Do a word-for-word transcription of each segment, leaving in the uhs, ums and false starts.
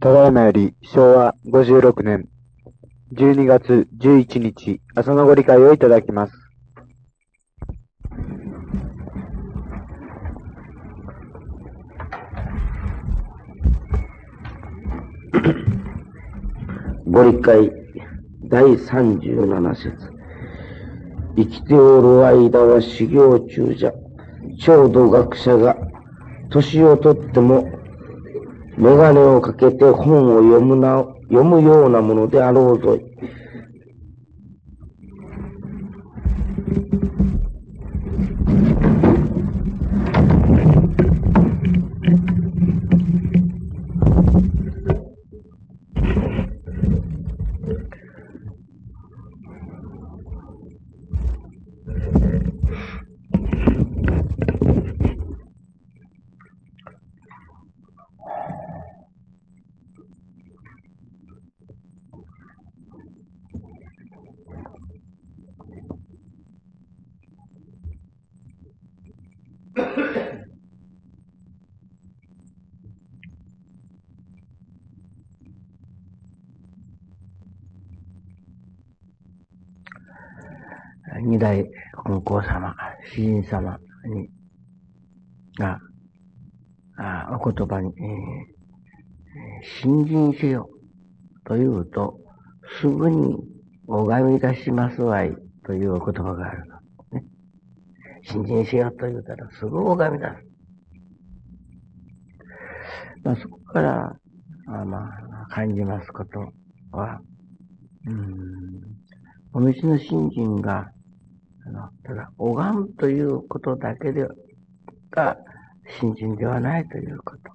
ただいまよりしょうわごじゅうろくねんじゅうにがつじゅういちにち朝のご理解をいただきます。 ご理解だいさんじゅうななせつ。生きておる間は修行中じゃ。ちょうど学者が年をとっても眼鏡をかけて本を読むな読むようなものであろうぞい。二代金光様、詩人様にがあお言葉に、えー、信心せよというとすぐに拝み出しますわいというお言葉があるの、ね、信心せよと言うたらすぐ拝み出す。まあ、そこからあ、まあ、感じますことは、うーんお道の信心があのただ拝むということだけでが信心ではないということ。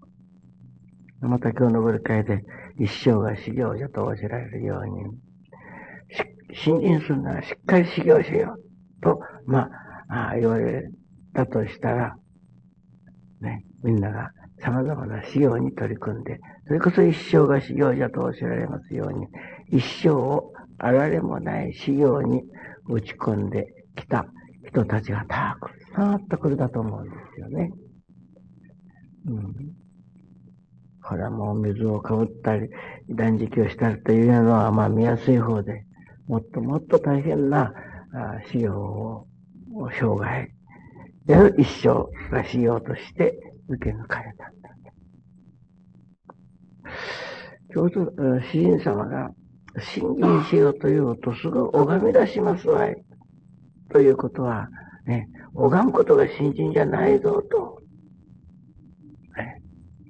また今日のご理解で一生が修行じゃとおっしゃられるように、信心するならしっかり修行しようと、まあ、あ言われたとしたら、ね、みんなが様々な修行に取り組んで、それこそ一生が修行じゃとおっしゃられますように、一生をあられもない修行に打ち込んできた人たちがたくさんあったことだと思うんですよね。うん。これはもう水をかぶったり、断食をしたりというのはまあ見やすい方で、もっともっと大変な修行を生涯、一生が修行として受け抜かれたんだ。今日、詩人様が信心しようというとすぐ拝み出しますわい。ということは、ね、拝むことが信心じゃないぞと。ね、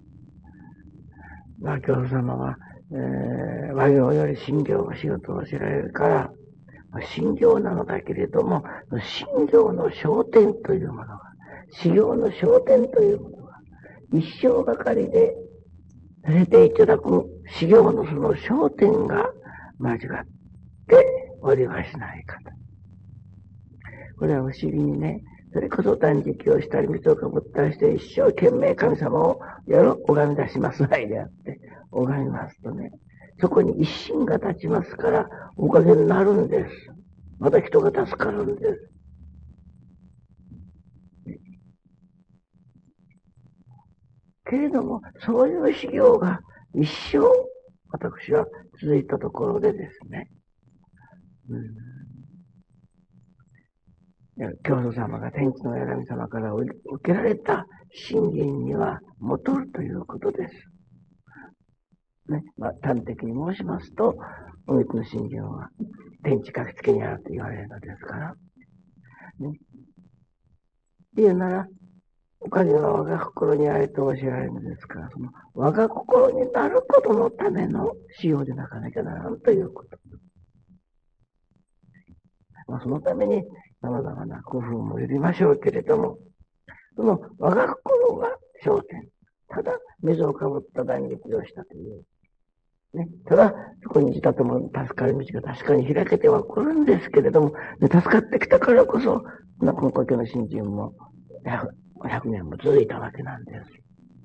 まあ、教祖様は、えー、和行より信行をしようとおっしゃられるから、信行なのだけれども、信行の焦点というものが、修行の焦点というものが、一生がかりでされていただく修行のその焦点が間違っておりはしないかと。これは不思議にね、それこそ断食をしたり、水をかぶったりして一生懸命神様をやろ、拝み出しますわいであって、拝みますとね、そこに一心が立ちますから、おかげになるんです。また人が助かるんです。けれども、そういう修行が一生、私は続いたところでですね、うん教祖様が天地の神様から受けられた信心には戻るということです。ね、まあ、端的に申しますと、お道の信心は天地書きつけにあると言われるのですから。ね、言うなら、おかげは我が心にあれとおっしゃられるのですから、その我が心になることのための修行でなかなきゃならんということ。まあ、そのために様々な工夫もいりましょうけれども、その我が心が焦点。ただ、水をかぶった断食をしたという。ね、ただ、そこに自他とも助かる道が確かに開けてはくるんですけれども、で助かってきたからこそ、この故郷の信心もひゃくねんも続いたわけなんです。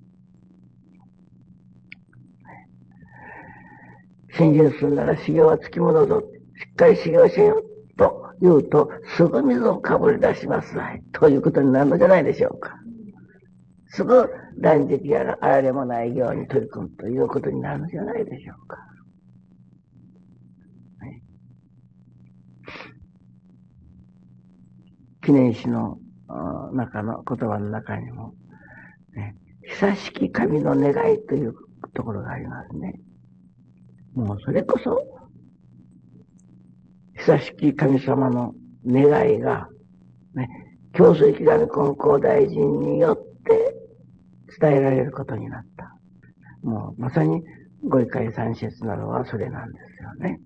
信心するなら修行はつきものぞ。しっかり修行しよう。と言うと、すぐ水をかぶり出しますわい。ということになるのじゃないでしょうか。すぐ断食やらあられもないように取り組むということになるのじゃないでしょうか。はい、記念誌の中の言葉の中にも、ね、久しき神の願いというところがありますね。もうそれこそ、久しき神様の願いが、ね、教水木神金光大臣によって伝えられることになった。もうまさにご理解三節なのはそれなんですよね。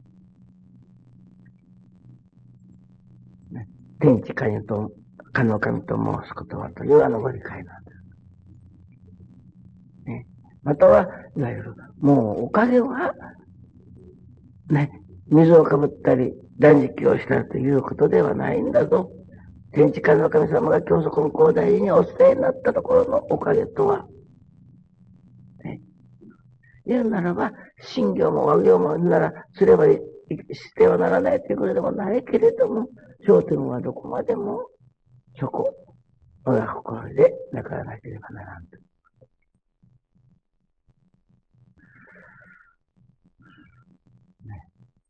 ね、天地神と、神の神と申すことはというあのご理解なんです。ね、または、いわゆる、もうおかげは、ね、水をかぶったり、断食をしたということではないんだぞ。天地神の神様が教祖金光大臣にお伝えになったところのおかげとは、ね、言うならば、信行も和行もならすればしてはならないということでもないけれども、焦点はどこまでも、そこ、我が心でなからなければならんと。ね、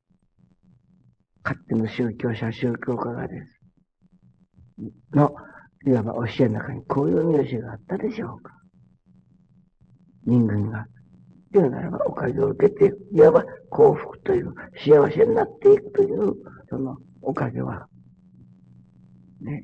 勝手の宗教者、宗教家がです。の、いわば教えの中にこういう名詞があったでしょうか。人間が。言うならばおかげを受けて、いわば幸福という幸せになっていくという、そのおかげは、ね、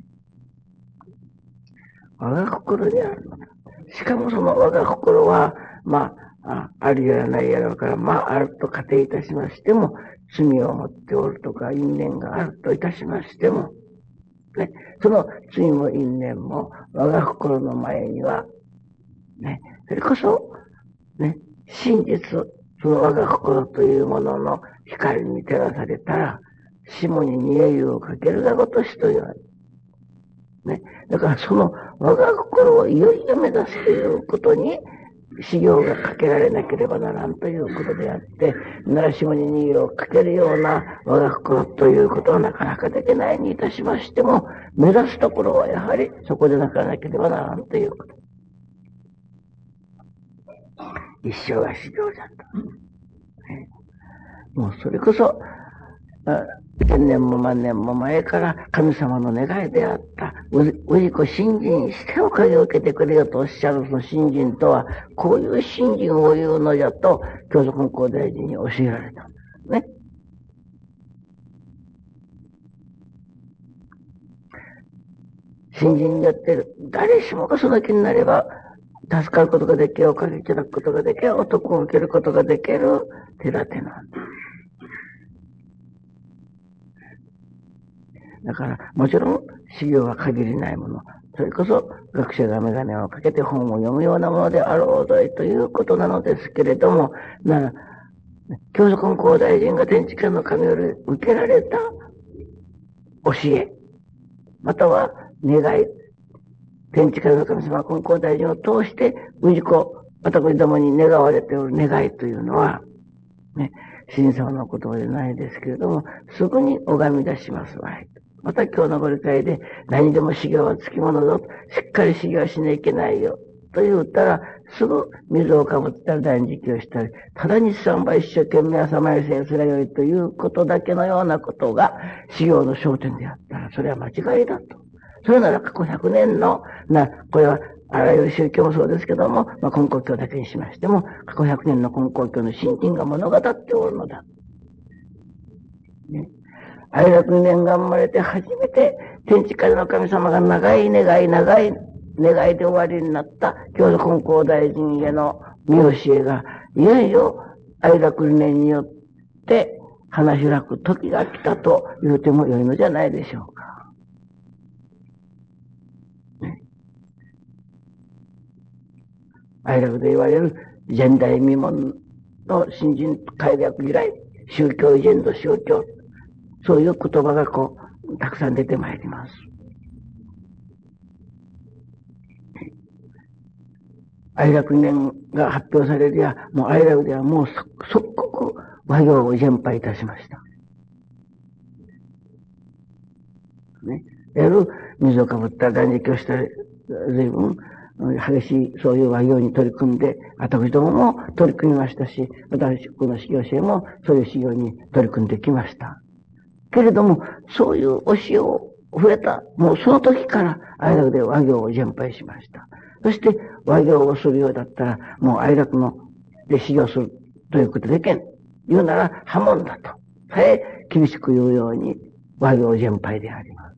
我が心にあるのだ。しかもその我が心は、まあ、あ、あるやらないやらから、まあ、あると仮定いたしましても、罪を持っておるとか、因縁があるといたしましても、ね、その罪も因縁も我が心の前には、ね、それこそ、ね、真実、その我が心というものの光に照らされたら、下に煮え湯をかけるがごとしと言われる。ね、だからその我が心をいよいよ目指すということに、修行がかけられなければならんということであって、なら下に煮湯をかけるような我が心ということはなかなかできないにいたしましても、目指すところはやはりそこでなからなければならんということ。一生が修行だと。ね、もうそれこそ、千年も万年も前から神様の願いであった、氏子信心しておかげを受けてくれよとおっしゃるその信心とは、こういう信心を言うのじゃと、教祖金光大臣に教えられたんですね。信心によって誰しもがその気になれば、助かることができる、おかげいただくことができる、お得を受けることができる手立てなんです。だから、もちろん、修行は限りないもの。それこそ、学者が眼鏡をかけて本を読むようなものであろうとということなのですけれども、な、教祖金光大臣が天地間の神より受けられた教え、または願い、天地間の神様金光大臣を通して、氏子、私どもに願われている願いというのは、ね、神様の言葉でないですけれども、すぐに拝み出しますわい。また今日のご理解で、何でも修行はつきものぞ。しっかり修行しなきゃいけないよ。と言ったら、すぐ水をかぶったり断食をしたり、ただ日三倍一生懸命朝参りすればよいということだけのようなことが修行の焦点であったら、それは間違いだと。それなら過去ひゃくねんの、な、これはあらゆる宗教もそうですけども、まあ、根高教だけにしましても、過去ひゃくねんの根高教の信心が物語っておるのだ。ね、哀楽に念が生まれて初めて、天地界の神様が長い願い、長い願いで終わりになった教祖金光大臣への見教えが、いよいよ哀楽に念によって花開く時が来たと言うてもよいのじゃないでしょうか。哀楽で言われる前代未聞の新人改略以来、宗教依然と宗教、そういう言葉がこう、たくさん出てまいります。哀楽年が発表されるや、もう哀楽ではもう即刻和行を全廃いたしました。ね。やる水をかぶった断食をしたら、随分激しいそういう和行に取り組んで、私どもも取り組みましたし、私、この修行生もそういう修行に取り組んできました。けれども、そういう教えを触れた、もうその時から愛楽で和行を全廃しました。そして和行をするようだったら、もう愛楽ので修行するということでけん。言うなら破門だと。さえ厳しく言うように和行全廃であります。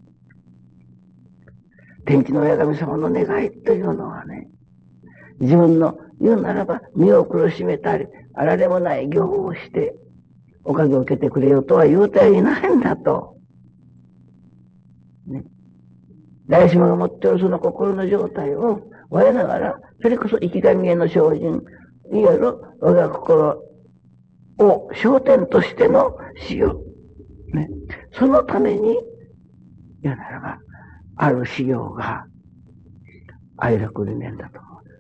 天地の親神様の願いというのはね、自分の言うならば身を苦しめたり、あられもない行をして、おかげを受けてくれよとは言うてはいないんだと。ね。誰しもが持っているその心の状態を我ながら、それこそ生き神への精進、いわゆる我が心を焦点としての修行。ね。そのために、言うならば、ある修行が愛楽理念だと思うんです。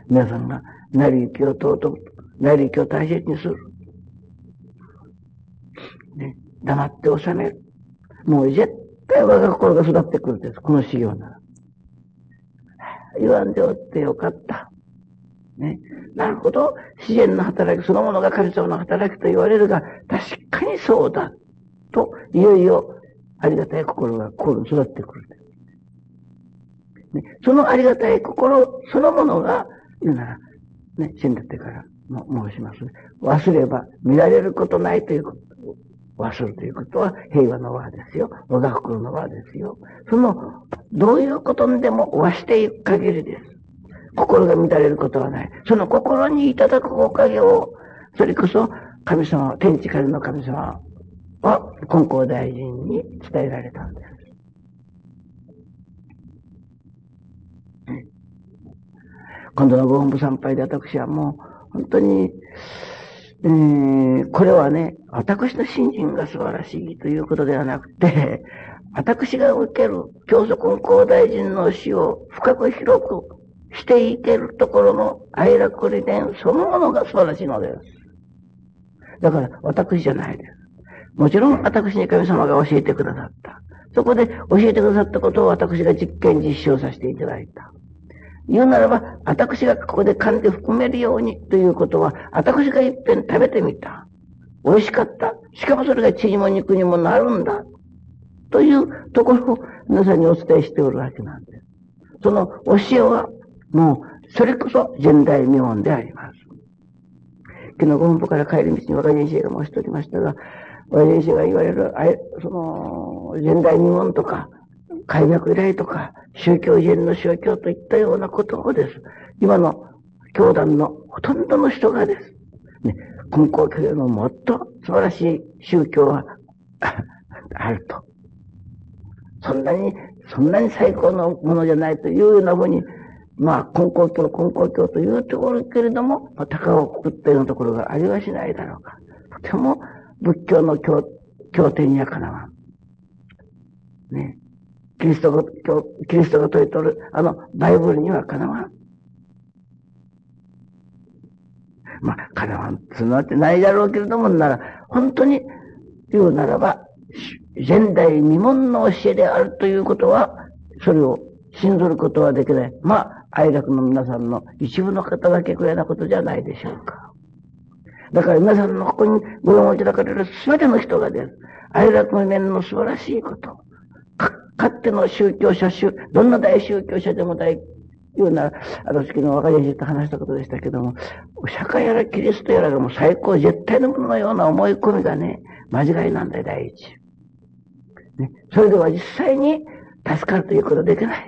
皆さんが成り行きを尊く、成り行きを大切にする。ね、黙って収める。もう絶対我が心が育ってくるんです。この修行なら。言わんでおってよかった。ね。なるほど。自然の働きそのものが神様の働きと言われるが、確かにそうだ。と、いよいよありがたい心が心に育ってくる。ね、そのありがたい心そのものが、言うなら、ね、死んだってからも申します。忘れば見られることないということ。忘るということは平和の輪ですよ。我が心の輪ですよ。その、どういうことにでも和していく限りです。心が乱れることはない。その心にいただくおかげを、それこそ神様、天地からの神様は金光大臣に伝えられたんです。今度のご本部参拝で私はもう本当に、えー、これはね、私の信心が素晴らしいということではなくて、私が受ける教祖金光大臣の死を深く広くしていけるところの愛楽理念そのものが素晴らしいのです。だから私じゃないです。もちろん私に神様が教えてくださった。そこで教えてくださったことを私が実験実証させていただいた。言うならば、私がここで噛んで含めるようにということは、私が一遍食べてみた。美味しかった。しかもそれが血にも肉にもなるんだ。というところを皆さんにお伝えしておるわけなんです。その教えは、もう、それこそ前代未聞であります。昨日ご本部から帰り道に若人生が申しておりましたが、若人生が言われる、その、前代未聞とか、開脈以来とか、宗教人の宗教といったようなことをです。今の教団のほとんどの人がです。ね、金光教のもっと素晴らしい宗教はあると。そんなに、そんなに最高のものじゃないというようなふうに、まあ、金光教、金光教というところけれども、まあ、高をくくったようなところがありはしないだろうか。とても仏教の経、経典にはかなわん。ね。キリストが、キリストが説いておる、あの、バイブルにはかなわん。まあ、かなわんつうのはってないだろうけれども、なら、本当に言うならば、前代未聞の教えであるということは、それを信ずることはできない。まあ、愛楽の皆さんの一部の方だけくらいなことじゃないでしょうか。だから皆さんのここにご用をいただかれるすべての人がです。愛楽の面の素晴らしいこと。か、かつての宗教者、どんな大宗教者でも大、いうような、あの、昨日若い人と話したことでしたけども、釈迦やらキリストやらがもう最高絶対のもののような思い込みがね、間違いなんだよ、第一。ね。それでは実際に助かるということはできない。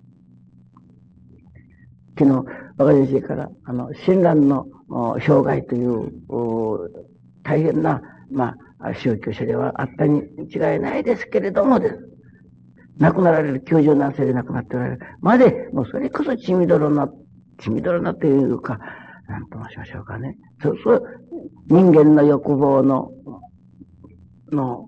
昨日、若い人から、あの、親鸞の障害という、大変な、まあ、宗教者ではあったに違いないですけれどもです。亡くなられるきゅうじゅうなんさいで亡くなっておられるまで、もうそれこそ血みどろな、血みどろなというか、なんと申しましょうかね。そうそう、人間の欲望の、の、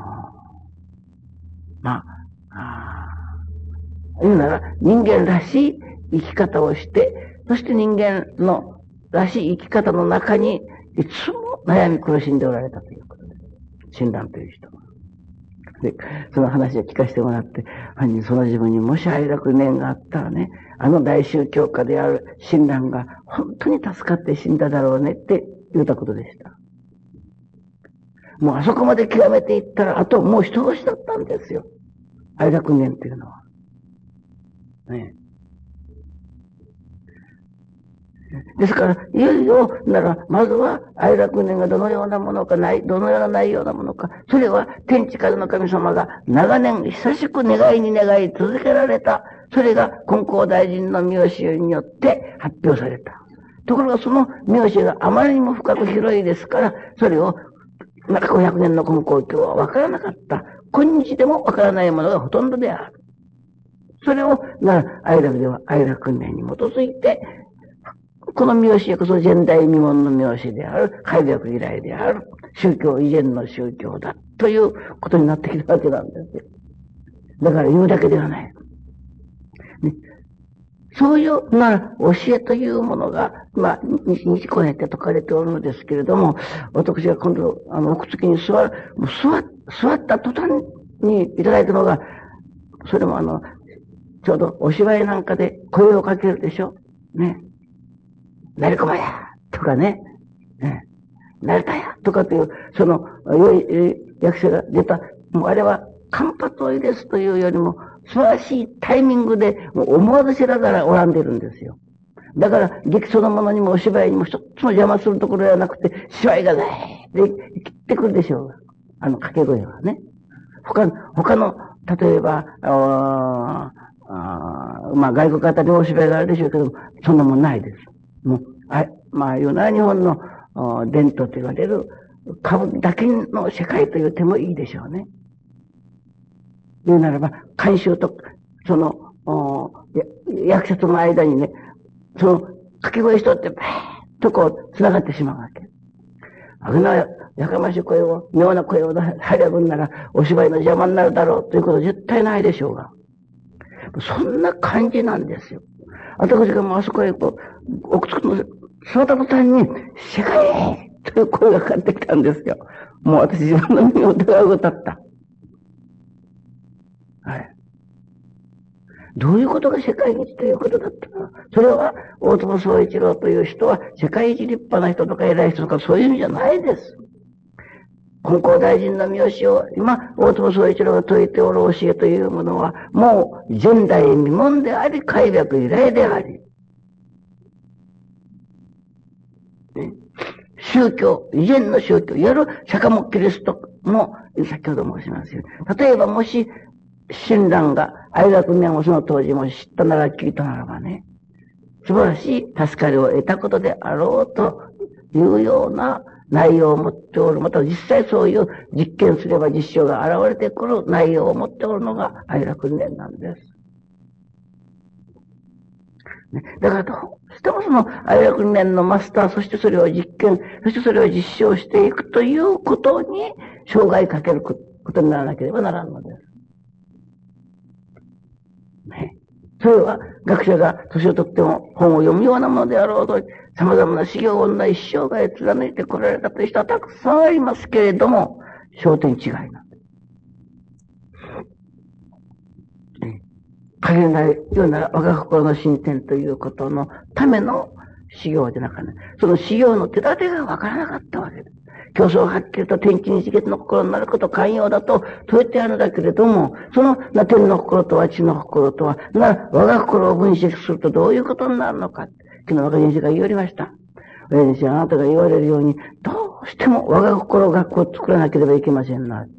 まあ、言うなら人間らしい生き方をして、そして人間のらしい生き方の中に、いつも悩み苦しんでおられたということです。親鸞という人は。 で、その話を聞かせてもらって、犯人その自分にもし愛楽念があったらね、あの大宗教家である親鸞が本当に助かって死んだだろうねって言ったことでした。もうあそこまで極めていったら、あともう一押しだったんですよ。愛楽念っていうのは。ね。ですから、いよいよなら、まずは愛楽念がどのようなものかない、どのような内容なものか、それは天地からの神様が長年久しく願いに願い続けられた、それが金光大臣の見教えによって発表された。ところがその見教えがあまりにも深く広いですから、それをまたごひゃくねんの金光教は分からなかった。今日でも分からないものがほとんどである。それを、なら、愛楽では愛楽念に基づいて、この見教えこそ前代未聞の見教えである、開学以来である、宗教以前の宗教だ、ということになってきたわけなんですよ。だから言うだけではない。ね、そういうなら教えというものが、まあ、日こうやって説かれておるのですけれども、私が今度、あの、奥付きに座る、もう座、座った途端にいただいたのが、それもあの、ちょうどお芝居なんかで声をかけるでしょね。なりこまやとかね。ね。なりたやとかという、その、良い役者が出た、もうあれは、間髪を入れすというよりも、素晴らしいタイミングで、もう思わずしながら拝んでるんですよ。だから、劇そのものにもお芝居にも一つも邪魔するところではなくて、芝居がね、で、切ってくるでしょう。あの掛け声はね。他、他の、例えば、ああまあ外国方でお芝居があるでしょうけども、そんなもんないです。もう、あまあいうのは日本の伝統と言われる、歌舞伎だけの世界と言ってもいいでしょうね。言うならば、監修と、その、役者との間にね、その、掛け声しとって、ばーっとこう、繋がってしまうわけ。あげなや、やかましい声を、妙な声を入れぶんなら、お芝居の邪魔になるだろうということは絶対ないでしょうが。そんな感じなんですよ。私がもうあそこへこう、奥つくの、座った途端に、世界へという声がかかってきたんですよ。もう私自分の耳を疑うことだった。はい。どういうことが世界一ということだったの？それは、大友宗一郎という人は、世界一立派な人とか偉い人とかそういう意味じゃないです。金光大臣の見教えを、今、大友宗一郎が説いておる教えというものは、もう前代未聞であり、開闢以来であり、ね、宗教、以前の宗教、いわゆる釈迦もキリストも、先ほど申しますように、例えばもし、親鸞が愛楽念をその当時も知ったなら聞いたならばね、素晴らしい助かりを得たことであろうというような内容を持っておる。また実際そういう実験すれば実証が現れてくる内容を持っておるのが愛楽念なんです。ね、だからどうしてもその愛楽念のマスター、そしてそれを実験、そしてそれを実証していくということに生涯かけることにならなければならんのです。ね。それは学者が年をとっても本を読むようなものであろうと、様々な修行を女一生涯貫いてこられたという人はたくさんありますけれども、焦点違いなんです。限らないような我が心の進展ということのための修行でなかね。その修行の手立てがわからなかったわけです。競争はっきりと天地日月の心になること寛容だと問えてあるだけれども、その天の心とは地の心とは、な我が心を分析するとどういうことになるのか。昨日若先生が言いおりました。若先生、あなたが言われるように、どうしても我が心学校を作らなければいけませんな。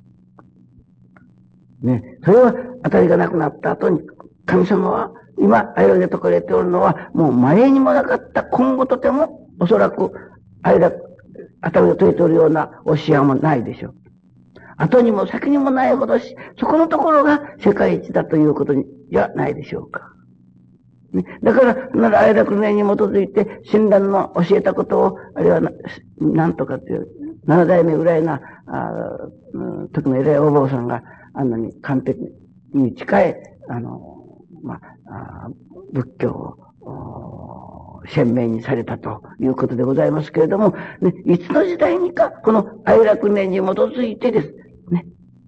ね、それは当たりがなくなった後に、神様は、今、愛楽で説かれておるのは、もう前にもなかった今後とても、おそらく、愛楽、当たりが説いておるような教えもないでしょう。後にも先にもないほどし、そこのところが世界一だということじゃないでしょうか。ね、だから、なら愛楽念に基づいて、親鸞の教えたことを、あるいはな、なんとかという、七代目ぐらいな、あうん、時の偉いお坊さんが、あんなに完璧に近い、あの、まあ、仏教を、鮮明にされたということでございますけれども、ね、いつの時代にか、この愛楽念に基づいてですね、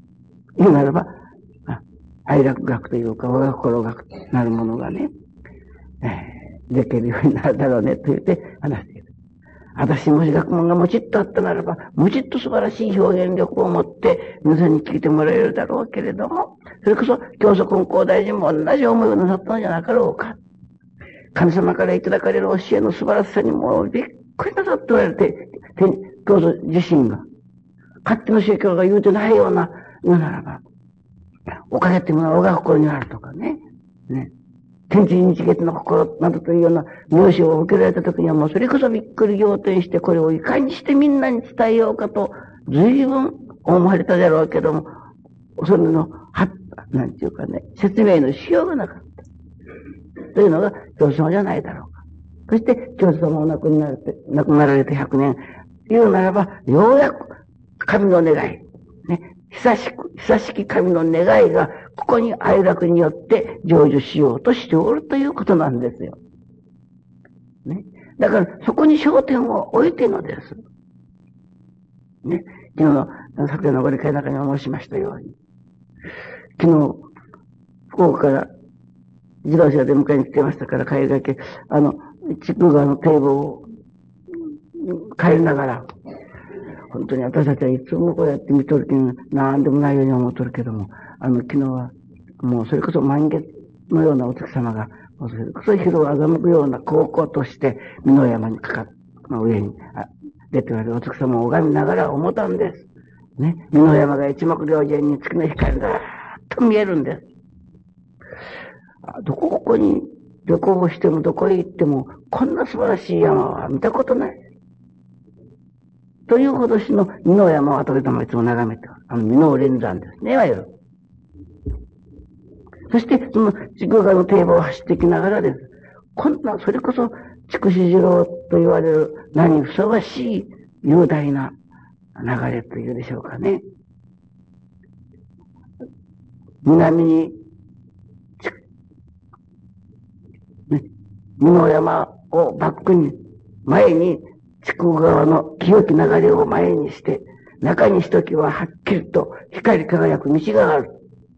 言うならば、愛楽学というか、我が心学なるものがね、えー、できるようになるだろうね、と言って話している。私もし学問がもちっとあったならば、もちっと素晴らしい表現力を持って、皆さんに聞いてもらえるだろうけれども、それこそ、教祖金光大臣も同じ思いをなさったのじゃなかろうか。神様からいただかれる教えの素晴らしさにもびっくりなさっておられて、教祖自身が、勝手の宗教が言うてないような、言うならば、おかげっていうものは我が心にあるとかね。ね。天地日月の心などというような名詞を受けられたときにはもうそれこそびっくり仰天してこれをいかにしてみんなに伝えようかと随分思われただろうけども、それの、は、なんていうかね、説明のしようがなかった。というのが教祖様じゃないだろうか。そして教祖様お亡くなられて、亡くなられてひゃくねん。言うならば、ようやく神の願い。ね。久しく、久しき神の願いが、ここに愛楽によって成就しようとしておるということなんですよ。ね。だから、そこに焦点を置いてのです。ね。昨日の、昨夜のご理解の中に申しましたように。昨日、福岡から自動車で迎えに来てましたから帰りだけ、あの、筑川の堤防を帰りながら、本当に私たちはいつもこうやって見とるけど、なんでもないように思っとるけども、あの、昨日は、もうそれこそ満月のようなお月様が、もうそれこそ昼を欺くような高校として、美濃山にかかっ、の上に出ておられるお月様を拝みながら思ったんです。ね。美濃山が一目瞭然に月の光がーっと見えるんです。どこここに旅行をしてもどこへ行っても、こんな素晴らしい山は見たことない。というほどしの美濃山を後でもいつも眺めておる。あの美濃連山ですね、いわゆる。そして、その筑川の堤防を走ってきながらです。こんな、それこそ、筑紫次郎と言われる名にふさわしい雄大な流れというでしょうかね。南に、ね、美濃山をバックに、前に、筑川の清き流れを前にして、中にひときははっきりと光り輝く道がある。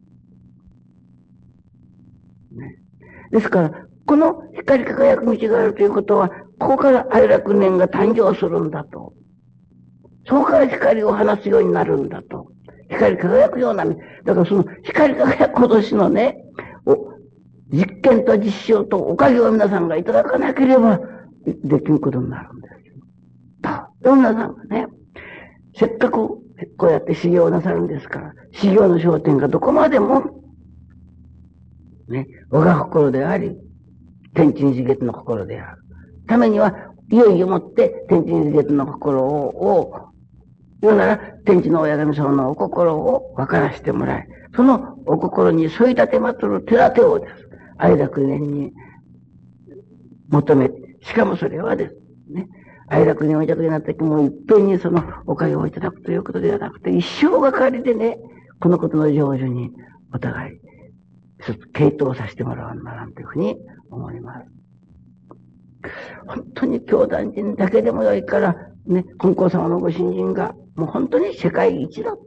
ね、ですから、この光り輝く道があるということは、ここから愛楽念が誕生するんだと。そこから光を放つようになるんだと。光り輝くような、だからその光り輝く今年のね、実験と実証とおかげを皆さんがいただかなければできることになるんです。と、皆さんがね、せっかくこうやって修行なさるんですから、修行の焦点がどこまでも、ね、我が心であり、天地日月の心である。ためには、いよいよもって天地日月の心を、を言うなら、天地の親神様のお心を分からせてもらい、そのお心に添い立てまとる寺手をです。愛楽念に求めて、しかもそれはですね、愛楽念をいただくようになった時もいっぺんにそのおかげをいただくということではなくて、一生がかりでね、このことの成就にお互い、一つ傾倒させてもらわんならんというふうに思います。本当に教団人だけでもよいから、ね、金光様のご信心が、もう本当に世界一だと。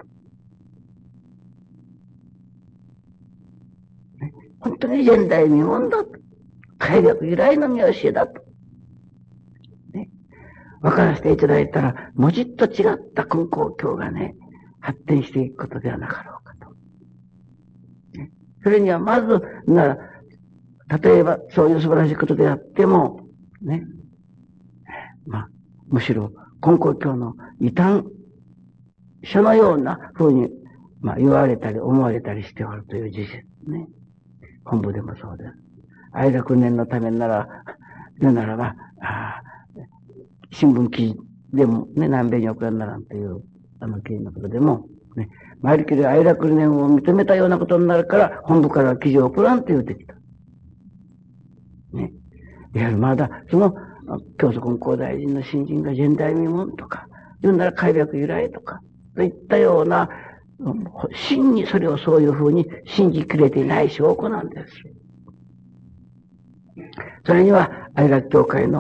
ね、本当に前代未聞だと。快楽由来の見教えだと。ね、分からせていただいたら、もじっと違った金光教がね、発展していくことではなかろうかと。ね、それにはまず、なら、例えばそういう素晴らしいことであっても、ね、まあ、むしろ、金光教の異端書のような風に、まあ、言われたり思われたりしておるという事実ね。本部でもそうです。愛楽念のためなら、言うならば、あ新聞記事でもね、南米に送らんならんという、あの記事のことでも、ね、前りきり愛楽念を認めたようなことになるから、本部から記事を送らんと言うてきた。ね。いや、まだ、その、教祖金光大臣の新人が前代未聞とか、言うなら快楽由来とか、といったような、真にそれをそういうふうに信じきれていない証拠なんです。それには、愛楽教会の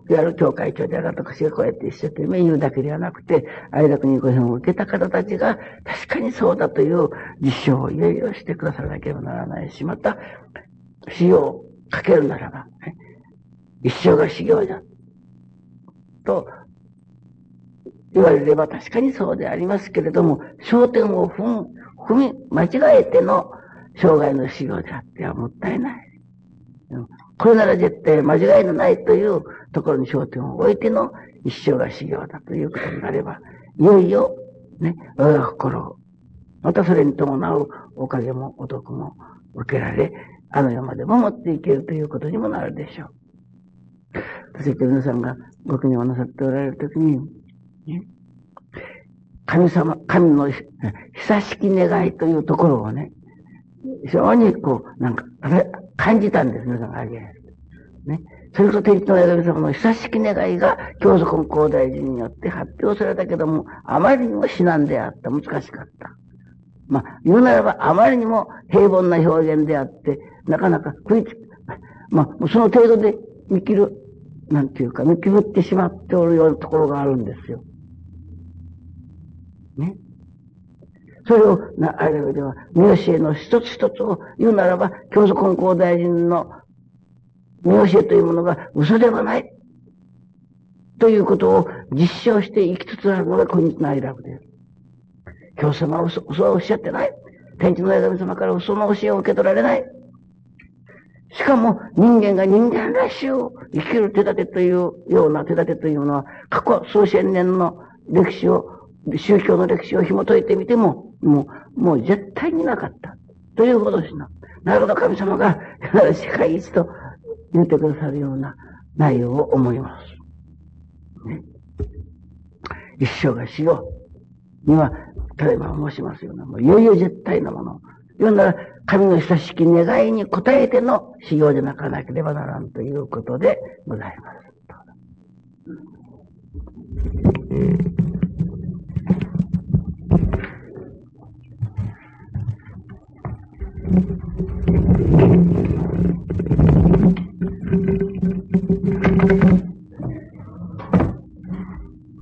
いわゆる教会長であるとかしがこうやって一生懸命言うだけではなくて、愛楽にご縁を受けた方たちが確かにそうだという実証をいよいよしてくださらなければならないし、また、修行をかけるならば、ね、一生が修行じゃ、と言われれば確かにそうでありますけれども、焦点を踏む、踏み、間違えての生涯の修行であってはもったいない。これなら絶対間違いのないというところに焦点を置いての一生が修行だということになれば、いよいよ、ね、我が心を、またそれに伴うおかげもお得も受けられ、あの世までも持っていけるということにもなるでしょう。そして皆さんがご記念をなさっておられるときに、ね、神様、神の久しき願いというところをね、非常にこう、なんか、感じたんです、皆さんがあげない。ね。それこそ天地の神様の久しき願いが、教祖根高大臣によって発表されたけども、あまりにも至難であった。難しかった。まあ、言うならば、あまりにも平凡な表現であって、なかなか食いつ、まあ、その程度で見切る、なんていうか、見切ってしまっておるようなところがあるんですよ。ね。それを、な、あれでは、見教えの一つ一つを言うならば、教祖根高大臣の見教えというものが嘘ではない。ということを実証して生きつつあるのが今日の愛楽です。教祖様は嘘、嘘はおっしゃってない。天地の神様から嘘の教えを受け取られない。しかも人間が人間らしを生きる手立てというような手立てというのは、過去数千年の歴史を、宗教の歴史を紐解いてみても、もう、もう絶対になかった。ということですな。なるほど神様が世界一と言ってくださるような内容を思います。ね、一生が死後には、例えば申しますような、もういよいよ絶対なもの。言うなら、神の親しき願いに応えての修行でなかなければならんということでございます。うん